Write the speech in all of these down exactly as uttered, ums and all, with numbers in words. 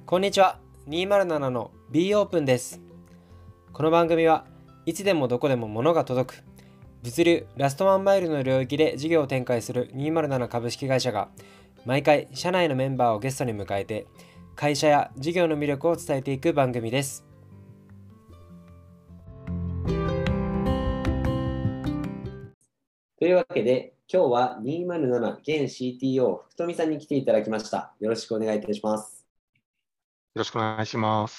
こんにちは。にーまるななの B オープンです。この番組はいつでもどこでも物が届く物流ラストワンマイルの領域で事業を展開するにーまるなな株式会社が毎回社内のメンバーをゲストに迎えて会社や事業の魅力を伝えていく番組です。 というわけで今日はにーまるなな現 シーティーオー 福富さんに来ていただきました。よろしくお願いいたします。 よろしくお願いします。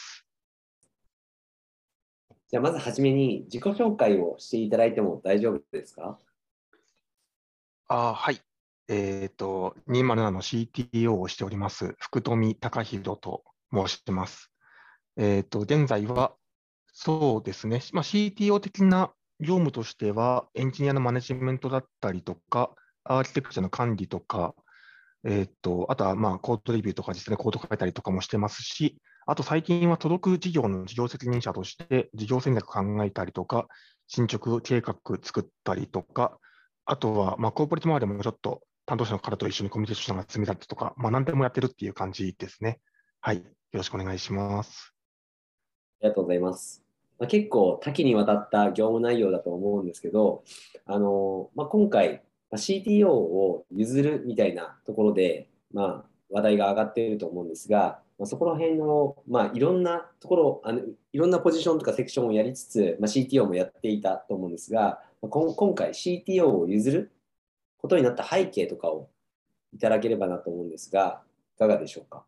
じゃあまずはじめに自己紹介をしていただいても大丈夫ですか？ あはい。えっと、にーまるななの シーティーオー をしております、福富隆弘と申してます。えっと、現在は、そうですね、まあ、シーティーオー 的な業務としては、エンジニアのマネジメントだったりとか、アーキテクチャの管理とか、えっと、あとはまあコードレビューとか実際にコード書いたりとかもしてますし、あと最近は届く事業の事業責任者として事業戦略考えたりとか、進捗計画作ったりとか、あとはまあコーポレート周りもちょっと担当者の方と一緒にコミュニケーションが積み立てとか、まあ何でもやってるっていう感じですね。はい。よろしくお願いします。 ありがとうございます。まあ、結構多岐にわたった業務内容だと思うんですけど、あのまあ、今回 シーティーオー を譲るみたいなところで、まあ、話題が上がっていると思うんですが、まあ、そこら辺の、まあ、いろんなところあの、いろんなポジションとかセクションをやりつつ、まあ、シーティーオー もやっていたと思うんですが、まあ、こん今回 シーティーオー を譲ることになった背景とかをいただければなと思うんですが、いかがでしょうか？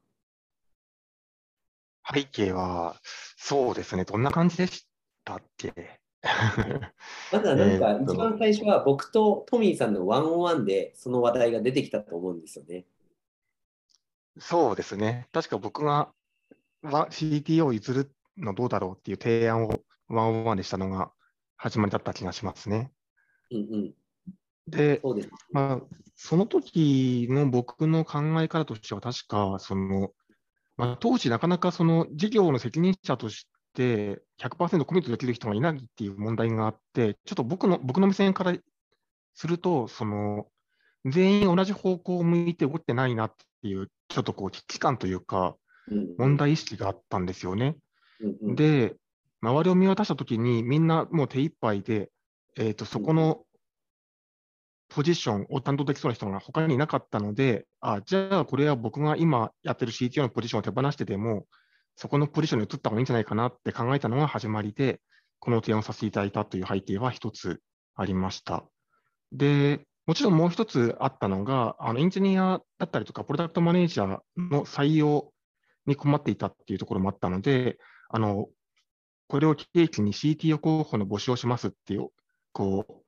背景は、そうですね、どんな感じでしたっけ？ まずはなんえーっか一番と、 最初は僕とトミーさんのワンオンワンでその話題が出てきたと思うんですよね。 そうですね、確か僕がは シーティーオー を譲るのどうだろうっていう提案をワンオンワンでしたのが始まりだった気がしますね。 うんうん。 で、 そうです。 まあ、その時の僕の考え方としては、確か、その、まあ、当時なかなかその事業の責任者としてひゃくパーセントコミットできる人がいないっていう問題があって、ちょっと僕の僕の目線からすると、その全員同じ方向を向いて動ってないなっていう、ちょっとこう危機感というか、 うんうん問題意識があったんですよね。 うんうんで、周りを見渡したときに、みんなもう手一杯で、えーと、 うんうんそこのポジションを担当できそうな人が他にいなかったので、あ、じゃあこれは僕が今やってる シーティーオー のポジションを手放してでも、そこのポジションに移った方がいいんじゃないかなって考えたのが始まりで、この提案をさせていただいたという背景は一つありました。で、もちろんもう一つあったのが、あのエンジニアだったりとか、プロダクトマネージャーの採用に困っていたっていうところもあったので、あのこれを契機に シーティーオー 候補の募集をしますっていう、こう、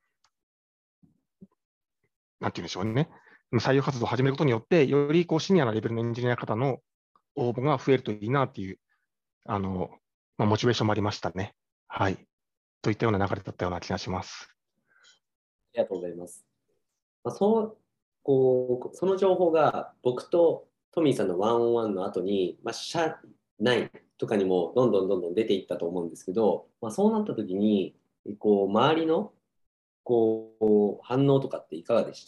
なんていうんでしょうね、採用活動を始めることによって、よりこうシニアなレベルのエンジニア方の応募が増えるといいなっていう、あの、まあ、モチベーションもありましたね。はい。といったような流れだったような気がします。 ありがとうございます。まあ、そう、こう、その情報が僕とトミーさんのワンオンワンの後に、まあ、社内とかにもどんどんどんどん出ていったと思うんですけど、まあ、そうなった時に、こう、周りのこう反応とかっていかがでした？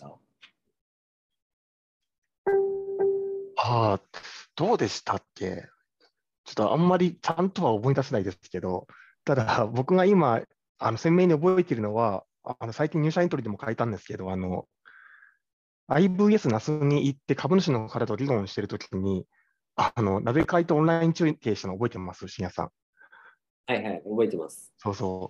ああ、どうでしたっけ？ちょっとあんまりちゃんとは思い出せないですけど、ただ僕が今、あの鮮明に覚えているのは、あの最近入社エントリーでも書いたんですけど、あの アイブイエス 那須に行って株主の方と議論しているときに、あの、なぜ会とオンライン中継したの覚えてます、深夜さん。 はいはい、覚えてます。 そうそう。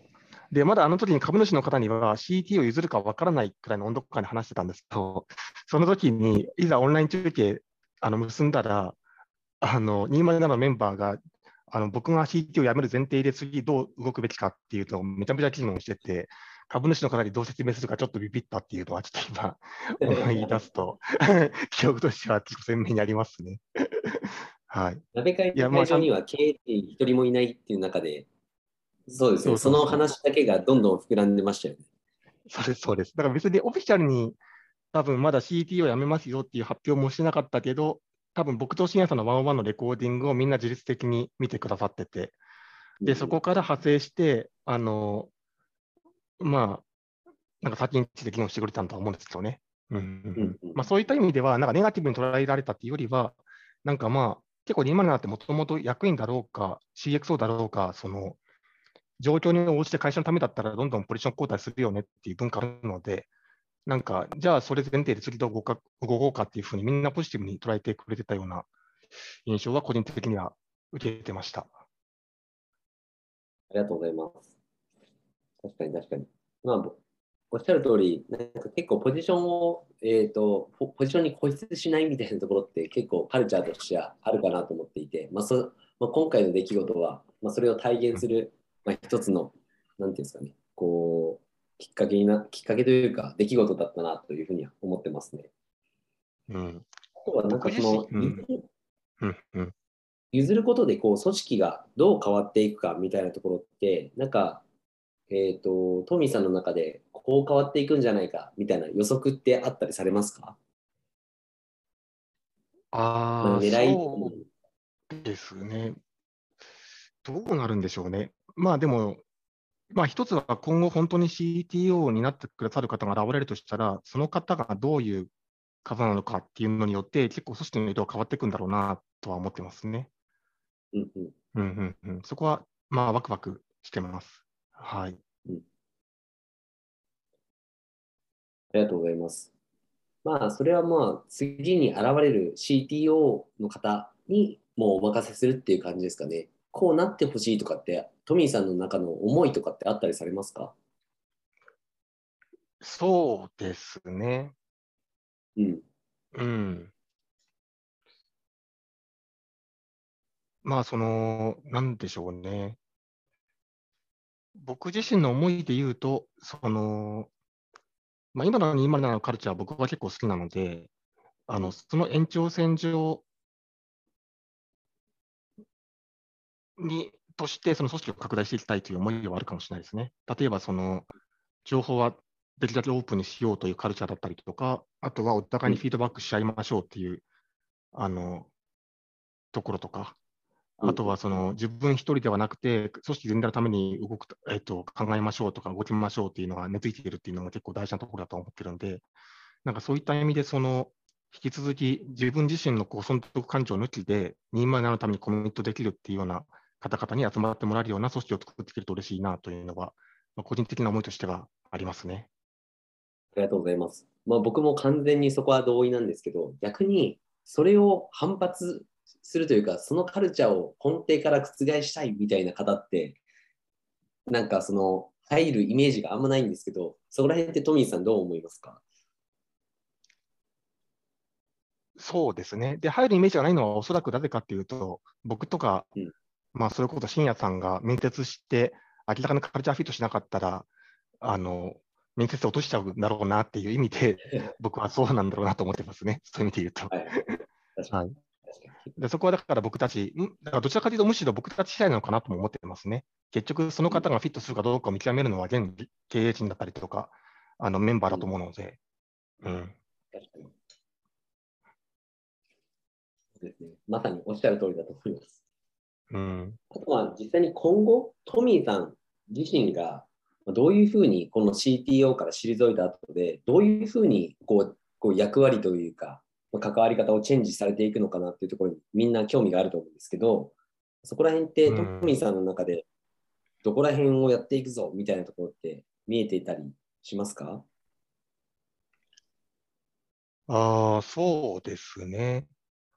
で、まだあの時に株主の方には シーティーオー を譲るかわからないくらいの温度感で話してたんですけど、その時にいざオンライン中継あの結んだら、あのにーまるななのメンバーがあの僕が シーティーオー を辞める前提で次どう動くべきかっていうのをめちゃめちゃ議論してて、株主の方にどう説明するかちょっとビビったっていうのはちょっと今思い出すと記憶としては結構鮮明にありますね。はい。 鍋会のいや、まあ、ちゃん会場には経営陣一人もいないっていう中で、そうですね、 そうそのそうそう。 話だけがどんどん膨らんでましたよね。 そうです、そうです。だから別にオフィシャルに多分まだ シーティーオー 辞めますよっていう発表もしてなかったけど、多分僕と深夜さんのワンオンワンのレコーディングをみんな自律的に見てくださってて、で、そうんこから派生して、あの、まあ、なんか先について議論してくれたんだと思うんですけどね。うんうんうん。 うんうんまあ、そういった意味では、なんかネガティブに捉えられたっていうよりは、なんかまあ、 結構にーまるななってもともと役員だろうか、シーエックスオー だろうか、その状況に応じて会社のためだったらどんどんポジション交代するよねっていう文化があるので、なんか、じゃあそれ前提で次どう動か動こうかっていうふうにみんなポジティブに捉えてくれてたような印象は個人的には受けてました。 ありがとうございます。確かに確かに。まあ、おっしゃる通り、なんか結構ポジションを、えーと、ポポジションに固執しないみたいなところって結構カルチャーとしてはあるかなと思っていて、まあそまあ、今回の出来事は、まあ、それを体現する、まあ、一つの、なんていうんですかね、こう、きっかけにな、きっかけというか、出来事だったなというふうには思ってますね。 うん、 あとはなん僕自身、 かその、 うんうんうん、 譲ることでこう組織がどう変わっていくかみたいなところって、なんか、えっと、トミーさんの中でこう変わっていくんじゃないかみたいな予測ってあったりされますか？まあ、 ああ、 狙い、うそんうですね。どうなるんでしょうね。まあでも、まあ一つは今後本当に シーティーオー になってくださる方が現れるとしたら、その方がどういう方なのかっていうのによって、結構組織の色が変わっていくんだろうなとは思ってますね。 うんうんうんうんうん、そこは、まあ、ワクワクしてます。はい。 うん、ありがとうございます。まあ、それはまあ、次に現れる シーティーオー の方にもうお任せするっていう感じですかね。こうなってほしいとかって、トミーさんの中の思いとかってあったりされますか？ そうですね。 うん。 うん。まあ、その、なんでしょうね。僕自身の思いで言うと、その、まあ、今のにーまるななのカルチャー、僕は結構好きなので、あの、 うんその延長線上に、として、その組織を拡大していきたいという思いはあるかもしれないですね。例えば、その、情報はできるだけオープンにしようというカルチャーだったりとか、あとはお互いにフィードバックし合いましょうっていう、あの、ところとか、 うんうんあとはその自分一人ではなくて、組織全体のために動く、えっと、考えましょうとか動きましょうっていうのが根付いているっていうのが結構大事なところだと思ってるんで、なんかそういった意味で、その、引き続き自分自身のこう損得感情抜きでにーまるななのためにコミットできるっていうような方々に集まってもらえるような組織を作っていけると嬉しいなというのは、まあ、個人的な思いとしてはありますね。 ありがとうございます。まあ、僕も完全にそこは同意なんですけど、逆にそれを反発するというか、そのカルチャーを根底から覆したいみたいな方って、なんかその入るイメージがあんまないんですけど、そこら辺ってトミーさんどう思いますか？ そうですね。で、入るイメージがないのはおそらく誰かっていうと、僕とか、 うん。 まあ、それこそ深夜さんが面接して、明らかにカルチャーフィットしなかったら、あの、面接で落としちゃうんだろうなっていう意味で、僕はそうなんだろうなと思ってますね。そういう意味で言うと。 はい。確かに。 はい。 確かに。 で、そこはだから僕たち、んだからどちらかというとむしろ僕たち次第なのかなとも思ってますね。結局、そのうん。 方がフィットするかどうかを見極めるのは現経営陣だったりとか、あのメンバーだとうん。 思うので、うん。 確かに。そうですね。まさにおっしゃる通りだと思います。 うん。 あとは実際に今後、トミーさん自身がどういうふうにこの シーティーオー から退いた後で、どういうふうにこうこう役割というか、関わり方をチェンジされていくのかなっていうところにみんな興味があると思うんですけど、そこら辺ってトミーうん。 さんの中でどこら辺をやっていくぞみたいなところって見えていたりしますか？ ああ、そうですね。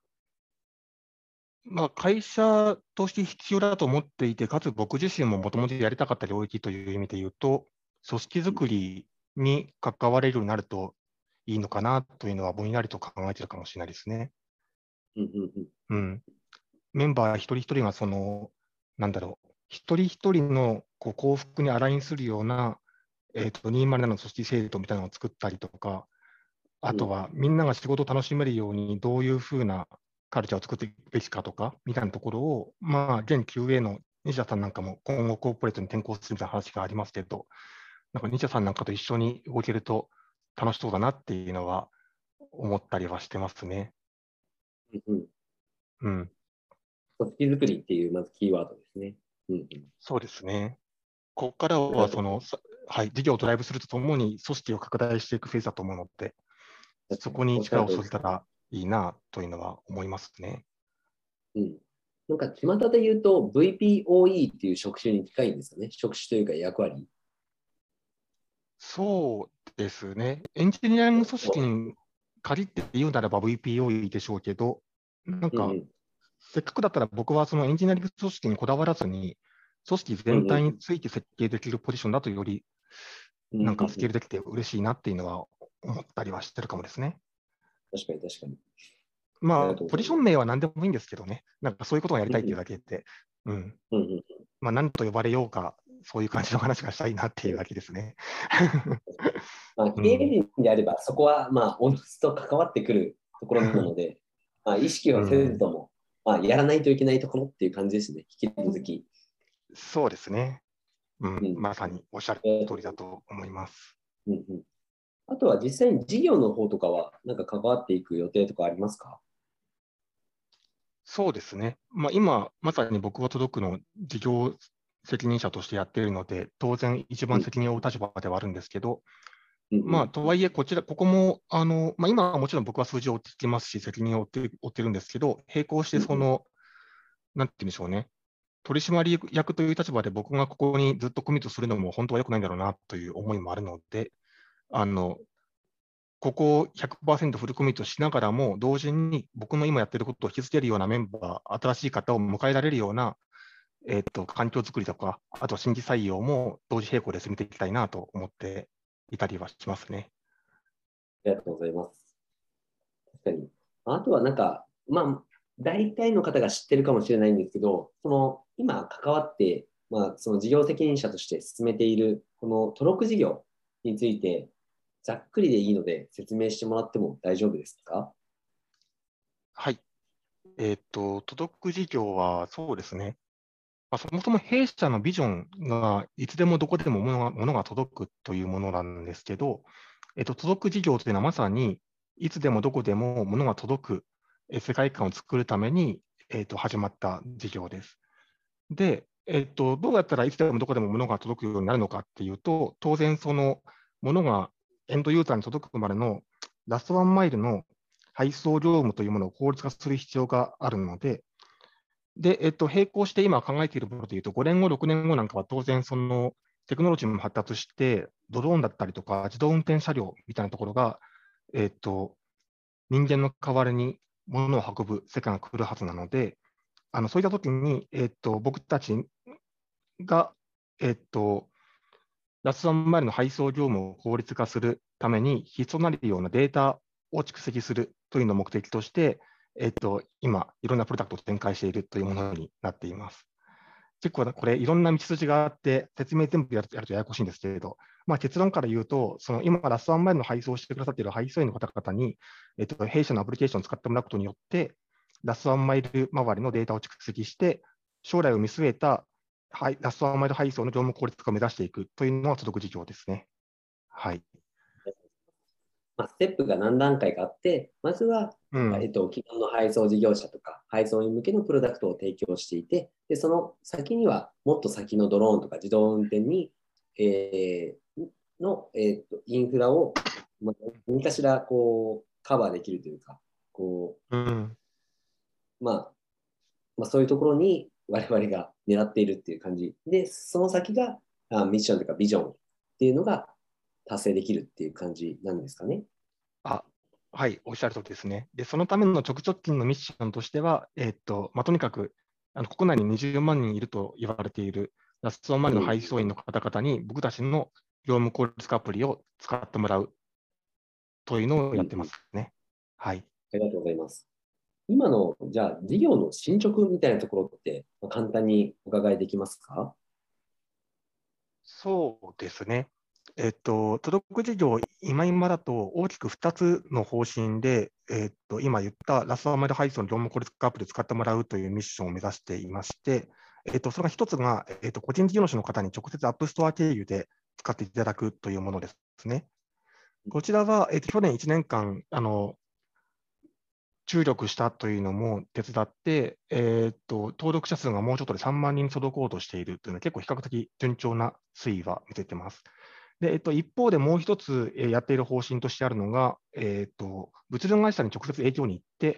まあ、会社として必要だと思っていて、かつ僕自身ももともとやりたかった領域という意味で言うと、組織づくりに関われるようになるといいのかなというのはぼんやりと考えてるかもしれないですね。 うんうんうん。 うん。メンバー一人一人がその、なんだろう、一人一人のこう幸福にアラインするような、えっと、にーまるななの組織制度みたいなのを作ったりとか、あうんとはみんなが仕事を楽しめるようにどういうふうなカルチャーを作っていくべきかとか、みたいなところを、まあ、現 キューエー の西田さんなんかも今後コーポレートに転向するみたいな話がありますけど、なんか西田さんなんかと一緒に動けると楽しそうだなっていうのは思ったりはしてますね。 うんうん。 うん。 組織づくりっていうまずキーワードですね。うんうん。 そうですね。ここからありがとうはその、さはい、事業をドライブするとともに組織を拡大していくフェーズだと思うので、 確かにそこにおっしゃる力を通りですね。 注げたらいいなというのは思いますね。 うん。なんか、巷で言うと ブイピーオーイー っていう職種に近いんですかね。職種というか役割。 そうですね。エンジニアリング組織に限って言うならば ブイピーオーイー でしょうけど、なんか、 うんうん。 せっかくだったら僕はそのエンジニアリング組織にこだわらずに、組織うんうん。 全体について設計できるポジションだとより、 うんうんなんかスうん。 ケールできて嬉しいなっていうのは思ったりはしてるかもですね。 確かに確かに。ありがまあ、ポジションとうございます。 名は何でもいいんですけどね。なんかそういうことをやりたいっていううんうん。 だけで、うん。 うんうん。 まあ、何と呼ばれようか、そういう感じの話がしたいなっていうだけですね。 まあ、 うん。 経営陣であれば、そこは、まあ、おのずと関わってくるところなので、まあ、意識うはせずん。 とも、まあ、やらないといけないところっていう感じですね。引き続き。 そうですね。うん。 うん。 まさにおっしゃるえー通りだと思います。 うんうん。あとは実際に事業の方とかは、なんか関わっていく予定とかありますか？ そうですね。まあ、今、まさに僕は届くの事業責任者としてやっているので、当然一番うん。 責任を負う立場ではあるんですけど、 うんうん。 まあ、とはいえ、こちら、ここも、あの、まあ、今はもちろん僕は数字を追ってきますし、責任を負って追ってるんですけど、並行してうんうん。 その、なんて言うんでしょうね、取締役という立場で僕がここにずっとコミットするのも本当は良くないんだろうなという思いもあるので、あの、ここをひゃくパーセントフルコミットしながらも、同時に僕の今やってることを引き付けるようなメンバー、新しい方を迎えられるような、えっと、環境づくりとか、あと新規採用も同時並行で進めていきたいなと思っていたりはしますね。 ありがとうございます。確かに。あとはなんか、まあ、大体の方が知ってるかもしれないんですけど、その今関わって、まあ、その事業責任者として進めている、この登録事業について、ざっくりでいいので説明してもらっても大丈夫ですか？ はい。えっと、届く事業はそうですね。まあ、そもそも弊社のビジョンがいつでもどこでも物が物が届くというものなんですけど、えっと、届く事業というのはまさにいつでもどこでも物が届くえ世界観を作るために、えっと、始まった事業です。で、えっと、どうやったらいつでもどこでも物が届くようになるのかっていうと、当然その物がエンドユーザーに届くまでのラストワンマイルの配送業務というものを効率化する必要があるので、で、えっと、並行して今考えているものでいうと、ごねんご、ろくねんごなんかは当然、そのテクノロジーも発達して、ドローンだったりとか、自動運転車両みたいなところが、えっと、人間の代わりに物を運ぶ世界が来るはずなので、あのそういったときに、えっと、僕たちが、えっと、ラストワンマイルの配送業務を効率化するために必要となるようなデータを蓄積するというのを目的として、えっと、今、いろんなプロダクトを展開しているというものになっています。結構これ、いろんな道筋があって、説明全部やるとやるとややこしいんですけれど、まあ、結論から言うと、その今、ラストワンマイルの配送をしてくださっている配送員の方々に、えっと、弊社のアプリケーションを使ってもらうことによって、ラストワンマイル周りのデータを蓄積して、将来を見据えた、はい、ラストワンマイル配送の業務効率化を目指していくというのが届く事業ですね。はい。 まあ、ステップが何段階かあって、まずは、 うん。 えっと、既存の配送事業者とか、配送員向けのプロダクトを提供していて、でその先には、もっと先のドローンとか自動運転に、えーの、えーと、インフラを、まあ、何かしらこうカバーできるというか、こうん。 う、まあ、まあ、そういうところに我々が狙っているっていう感じで、その先があミッションというかビジョンっていうのが達成できるっていう感じなんですかね。 あ、はい、おっしゃる通りですね。で、そのための直直近のミッションとしては、えーっと、まあ、とにかく、あの国内ににじゅうまん人いると言われているラストワンマイルのうん。 配送員の方々に、僕たちの業務効率化アプリを使ってもらうというのをうん。 やってまうん。 すね。はい。 ありがとうございます。今の、じゃあ、事業の進捗みたいなところって、まあ簡単にお伺いできますか？ そうですね。えっと、届く事業、今今だと大きくふたつの方針で、えっと、今言ったラストワンマイル配送の業務効率化アプリを使ってもらうというミッションを目指していまして、えっと、それがひとつが、えっと、個人事業主の方に直接アップストア経由で使っていただくというものですね。こちらは、えっと、去年いちねんかん、あの、注力したというのも手伝って、えーっと、登録者数がもうちょっとでさんまん人届こうとしているというのは、結構比較的順調な推移は見せてます。で、えっと、一方でもう一つえーやっている方針としてあるのが、えーっと、物流会社に直接営業に行って、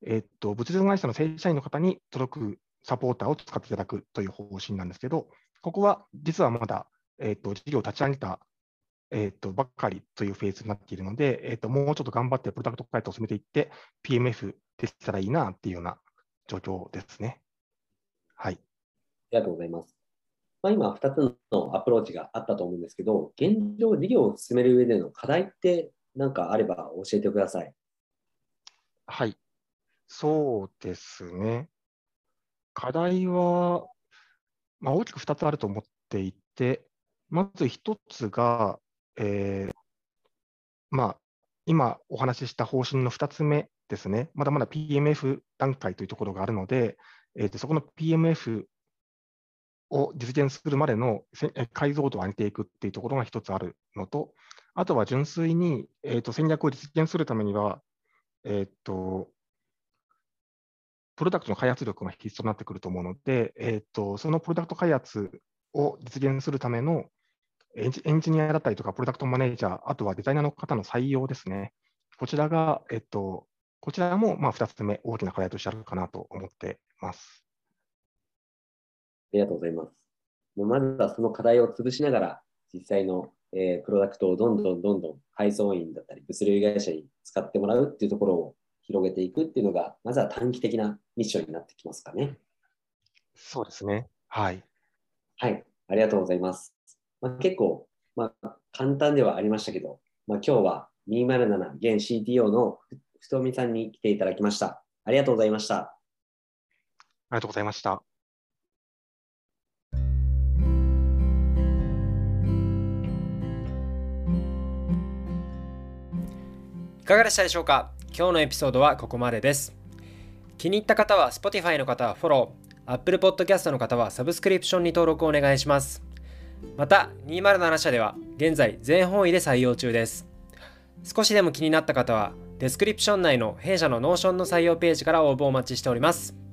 えっと、物流会社の正社員の方に届くサポーターを使っていただくという方針なんですけど、ここは実はまだ、えっと、事業を立ち上げた、えっと、ばっかりというフェーズになっているので、えっと、もうちょっと頑張ってプロダクト開発を進めていって、ピーエムエフ できたらいいなっていうような状況ですね。はい。 ありがとうございます。まあ、今、ふたつのアプローチがあったと思うんですけど、現状、事業を進める上での課題って何かあれば教えてください。 はい。そうですね。課題は、まあ、大きくふたつあると思っていて、まずひとつが、えーまあ、今お話しした方針のふたつめですね。まだまだ ピーエムエフ 段階というところがあるので、えーとそこの ピーエムエフ を実現するまでのせえ解像度を上げていくっていうところがひとつあるのと、あとは純粋に、えーと戦略を実現するためには、えーとプロダクトの開発力が必須となってくると思うので、えーとそのプロダクト開発を実現するためのエンジエンジニアだったりとか、プロダクトマネージャー、あとはデザイナーの方の採用ですね。こちらが、えっと、こちらもまあふたつめ、大きな課題としてあるかなと思っています。 ありがとうございます。もうまずはその課題を潰しながら、実際の、えープロダクトをどんどんどんどん配送員だったり、物流会社に使ってもらうっていうところを広げていくっていうのが、まずは短期的なミッションになってきますかね。 そうですね。はい。 はい、ありがとうございます。まあ、結構、まあ、簡単ではありましたけど、まあ、今日はにーまるなな現 シーティーオー の太見さんに来ていただきました。ありがとうございました。 ありがとうございました。 いかがでしたでしょうか。今日のエピソードはここまでです。気に入った方は Spotify の方はフォロー、Apple Podcast の方はサブスクリプションに登録をお願いします。またにーまるなな社では現在全方位で採用中です。少しでも気になった方はデスクリプション内の弊社の Notion の採用ページから応募をお待ちしております。